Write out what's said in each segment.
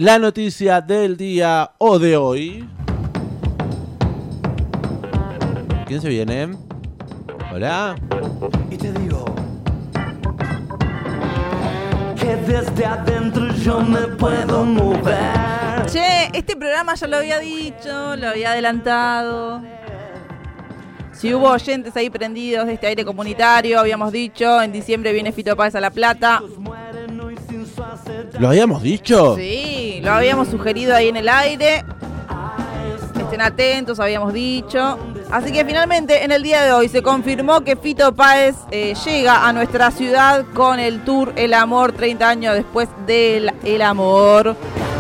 la noticia del día o de hoy. ¿Quién se viene? Hola. Y te digo que desde adentro yo me puedo mover. Che, este programa ya lo había dicho, lo había adelantado. Si hubo oyentes ahí prendidos de este aire comunitario, habíamos dicho, en diciembre viene Fito Páez a La Plata. ¿Lo habíamos dicho? Sí, lo habíamos sugerido ahí en el aire. Estén atentos, habíamos dicho. Así que finalmente en el día de hoy se confirmó que Fito Páez llega a nuestra ciudad con el tour El Amor, 30 años después del El Amor.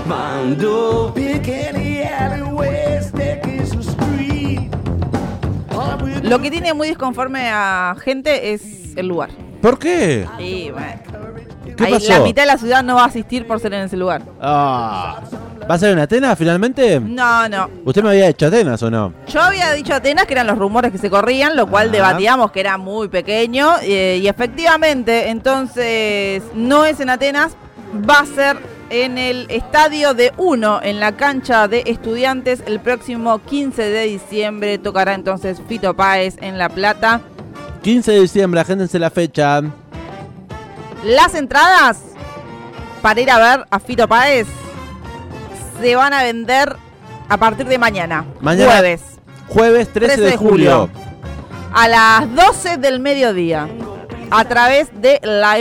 Lo que tiene muy desconforme a gente es el lugar. ¿Por qué? Sí, bueno. ¿Qué Ahí pasó? la mitad de la ciudad no va a asistir por ser en ese lugar. ¿Va a ser en Atenas finalmente? No. ¿Usted me había hecho Atenas o no? Yo había dicho Atenas, que eran los rumores que se corrían, lo cual debatíamos que era muy pequeño. Y efectivamente, entonces, no es en Atenas, va a ser en el estadio de Uno, en la cancha de Estudiantes, el próximo 15 de diciembre. Tocará entonces Fito Páez en La Plata. 15 de diciembre, agéndense la fecha. Las entradas para ir a ver a Fito Páez se van a vender a partir de mañana. Jueves 13 de julio. A las 12 del mediodía. A través de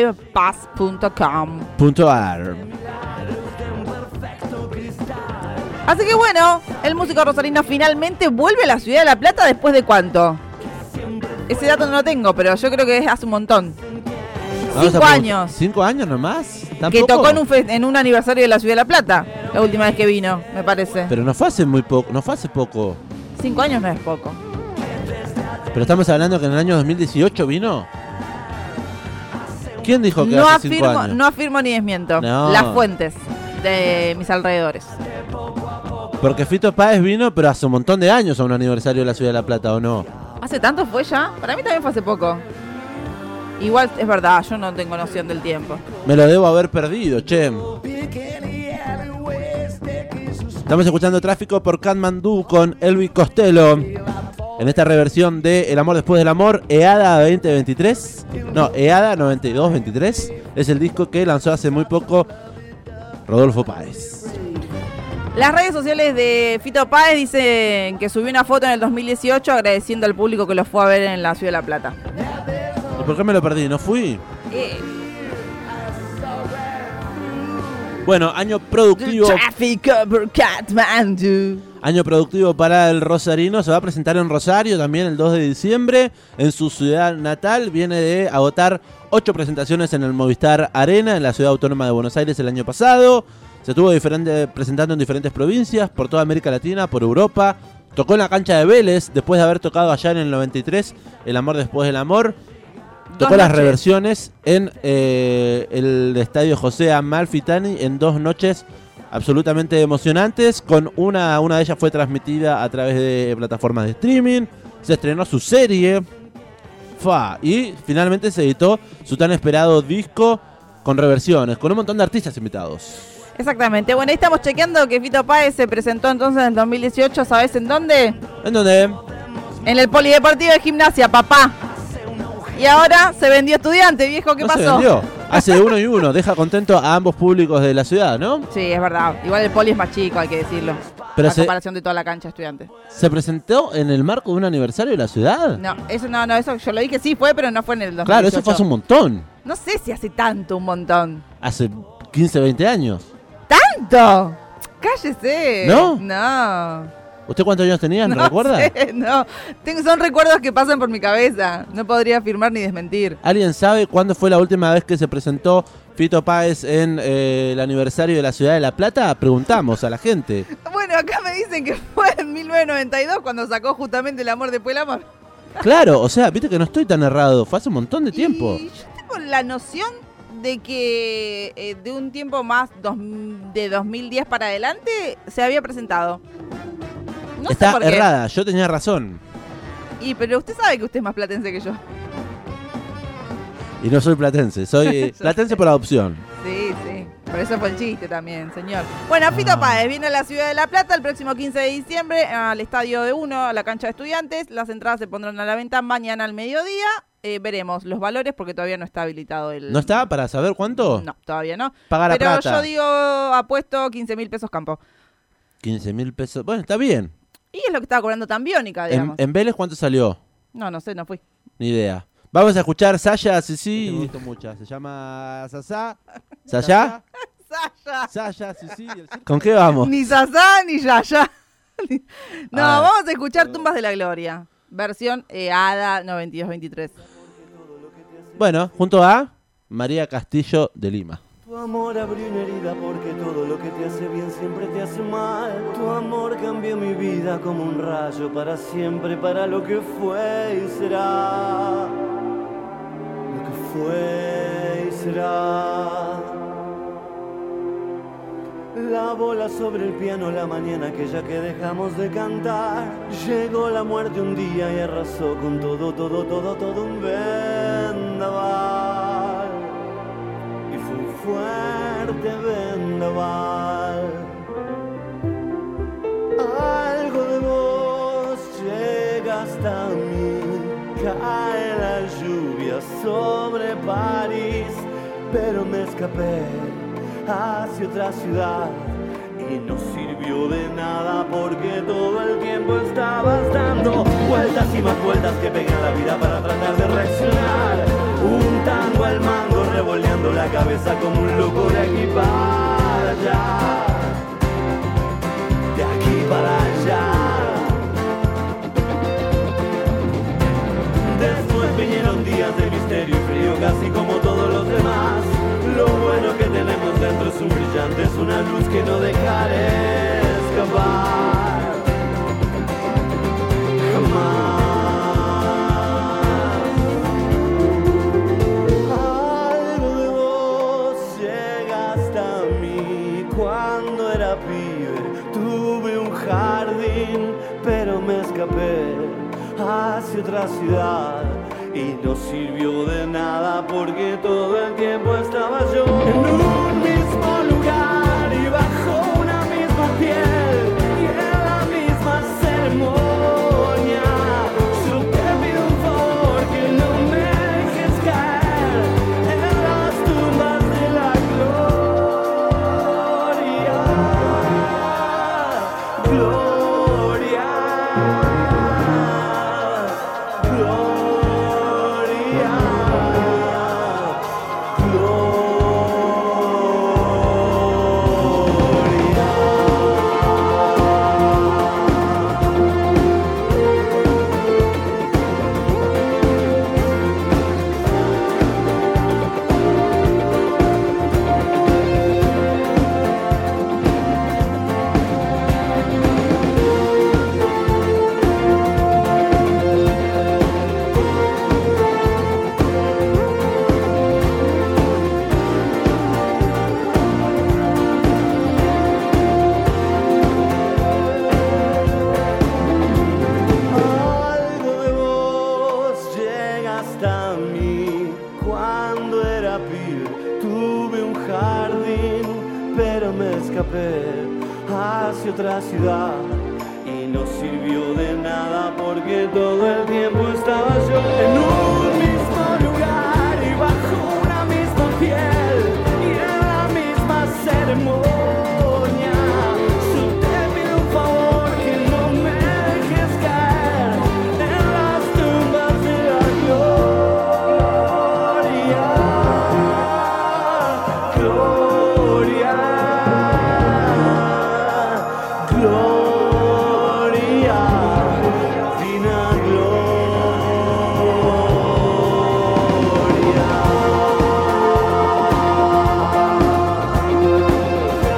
livepass.com. Así que bueno, el músico rosarino finalmente vuelve a la ciudad de La Plata después de ¿cuánto? Ese dato no lo tengo, pero yo creo que es hace un montón. 5 años. 5 años nomás. ¿Tampoco? Que tocó en un aniversario de la ciudad de La Plata. La última vez que vino, me parece. Pero no fue hace muy poco, no fue hace poco. 5 años no es poco. Pero estamos hablando que en el año 2018 vino. ¿Quién dijo que No hace 5 afirmo, años? no afirmo ni desmiento. No. Las fuentes de mis alrededores. Porque Fito Páez vino, pero hace un montón de años a un aniversario de la ciudad de La Plata, ¿o no? ¿Hace tanto fue ya? Para mí también fue hace poco. Igual es verdad, yo no tengo noción del tiempo. Me lo debo haber perdido, che. Estamos escuchando Tráfico por Katmandú con Elvis Costello. En esta reversión de El Amor Después del Amor, EADA 2023. No, EADA 92-23. Es el disco que lanzó hace muy poco Rodolfo Páez. Las redes sociales de Fito Páez dicen que subió una foto en el 2018 agradeciendo al público que lo fue a ver en la ciudad de La Plata. ¿Y por qué me lo perdí? ¿No fui? Bueno, año productivo. Año productivo para el rosarino. Se va a presentar en Rosario también el 2 de diciembre. En su ciudad natal. Viene de agotar 8 presentaciones en el Movistar Arena, en la ciudad autónoma de Buenos Aires el año pasado. Se estuvo presentando en diferentes provincias, por toda América Latina, por Europa. Tocó en la cancha de Vélez, después de haber tocado allá en el 93, El Amor Después del Amor. Tocó las reversiones en el estadio José Amalfitani en 2 noches absolutamente emocionantes. Con una de ellas fue transmitida a través de plataformas de streaming. Se estrenó su serie. Y finalmente se editó su tan esperado disco con reversiones, con un montón de artistas invitados. Exactamente. Bueno, ahí estamos chequeando que Fito Páez se presentó entonces en el 2018. ¿Sabes en dónde? ¿En dónde? En el Polideportivo de Gimnasia, papá. Y ahora se vendió Estudiante, viejo. ¿Qué pasó? Se vendió. Hace 1 y 1. Deja contento a ambos públicos de la ciudad, ¿no? Sí, es verdad. Igual el Poli es más chico, hay que decirlo. Pero a comparación de toda la cancha Estudiante. ¿Se presentó en el marco de un aniversario de la ciudad? No, eso yo lo dije sí fue, pero no fue en el 2018. Claro, eso fue hace un montón. No sé si hace tanto un montón. Hace 15, 20 años. ¿Tanto? Cállese. ¿No? No. ¿Usted cuántos años tenía? ¿No recuerda? Sé, no, son recuerdos que pasan por mi cabeza. No podría afirmar ni desmentir. ¿Alguien sabe cuándo fue la última vez que se presentó Fito Páez en el aniversario de la ciudad de La Plata? Preguntamos a la gente. Bueno, acá me dicen que fue en 1992 cuando sacó justamente El Amor Después del Amor. Claro, o sea, viste que no estoy tan errado. Fue hace un montón de tiempo. Y yo tengo la noción de que de un tiempo más de 2010 para adelante se había presentado. No Está sé por qué. errada, yo tenía razón. Pero usted sabe que usted es más platense que yo. Y no soy platense, soy platense por adopción. Sí, sí. Por eso fue el chiste también, señor. Bueno, Fito Páez viene a la ciudad de La Plata el próximo 15 de diciembre al estadio de Uno, a la cancha de Estudiantes. Las entradas se pondrán a la venta mañana al mediodía. Veremos los valores porque todavía no está habilitado el... ¿No está para saber cuánto? No, todavía no. Paga la Pero plata. yo digo, apuesto 15.000 pesos campo. 15.000 pesos. Bueno, está bien. Y es lo que estaba cobrando tan Biónica, digamos. ¿En Vélez cuánto salió? No sé, no fui. Ni idea. Vamos a escuchar Saya, sí. Me gustó mucho. Se llama Sasá. ¿Saya? Sasha. Saya, sí. ¿Con qué vamos? Ni Sasá ni Yaya. No, Ah. vamos a escuchar Tumbas de la Gloria. Versión ADA 92-23. Bueno, junto a María Castillo de Lima. Tu amor abrió una herida porque todo lo que te hace bien siempre te hace mal. Tu amor cambió mi vida como un rayo para siempre, para lo que fue y será. Lo que fue y será. La bola sobre el piano la mañana aquella que dejamos de cantar. Llegó la muerte un día y arrasó con todo un vendaval. Y fue un fuerte vendaval. Algo de vos llega hasta mí. Cae la lluvia sobre París, pero me escapé hacia otra ciudad y no sirvió de nada porque todo el tiempo estabas dando vueltas y más vueltas que pegan la vida para tratar de reaccionar. Un tango al mango revoleando la cabeza como un loco de aquí para allá, de aquí para allá. Después vinieron días de misterio y frío casi como todos los demás. Lo bueno que tenemos dentro es un brillante, es una luz que no dejaré escapar jamás. Algo de vos llega hasta mí. Cuando era pibe tuve un jardín, pero me escapé hacia otra ciudad y no sirvió de nada porque todo el tiempo estaba yo en un mismo lugar y bajo una misma piel y en la misma ceremonia. Yo te pido un favor que no me dejes caer en las tumbas de la gloria. Gloria. Algo de vos llega hasta mí. Cuando era pibe tuve un jardín, pero me escapé hacia otra ciudad y no sirvió de nada porque todo el tiempo estaba yo en un mismo lugar y bajo una misma piel y en la misma ceremonia. Yo te pido un favor que no me dejes caer en las tumbas de la gloria. Gloria. Gloria. Divina gloria.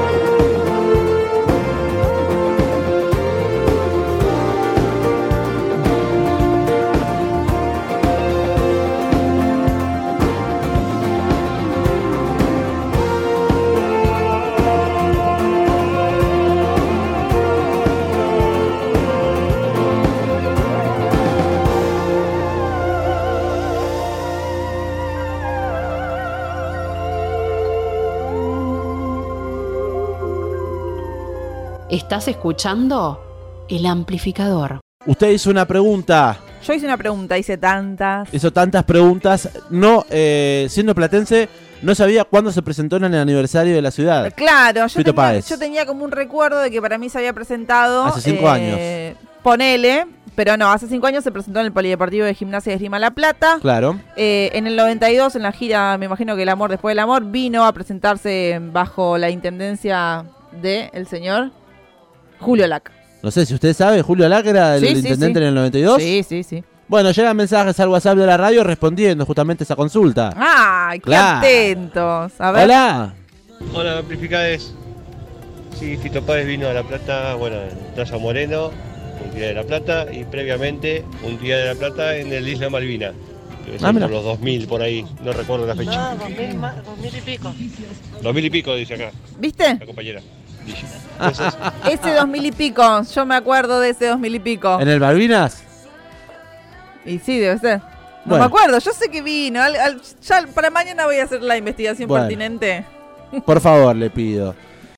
Estás escuchando El Amplificador. Usted hizo una pregunta. Yo hice una pregunta, hice tantas. Hizo tantas preguntas. No, siendo platense, no sabía cuándo se presentó en el aniversario de la ciudad. Claro, Fito Páez. yo tenía como un recuerdo de que para mí se había presentado... Hace 5 años. Ponele, pero no, hace 5 años se presentó en el Polideportivo de Gimnasia de Esgrima La Plata. Claro. En el 92, en la gira, me imagino que El Amor Después del Amor, vino a presentarse bajo la intendencia del señor Julio Lac. No sé si usted sabe, Julio Lac era el intendente en el 92. Sí. Bueno, llegan mensajes al WhatsApp de la radio respondiendo justamente esa consulta. ¡Ay, qué Claro. atentos! A ver. Hola. Hola, Amplificades. Sí, Fito Páez vino a La Plata, bueno, en Plaza Moreno, un día de La Plata, y previamente un día de La Plata en el Isla Malvina. Debe ser mira. por los 2000 por ahí, no recuerdo la fecha. No, 2000 y pico. 2000 y pico, dice acá, ¿Viste? la compañera. Dice. Entonces, Ese 2000 y pico, yo me acuerdo de ese 2000 y pico. ¿En el Malvinas? Y sí, debe ser. No Bueno. me acuerdo, yo sé que vino. Ya para mañana voy a hacer la investigación Bueno. pertinente. Por favor, le pido.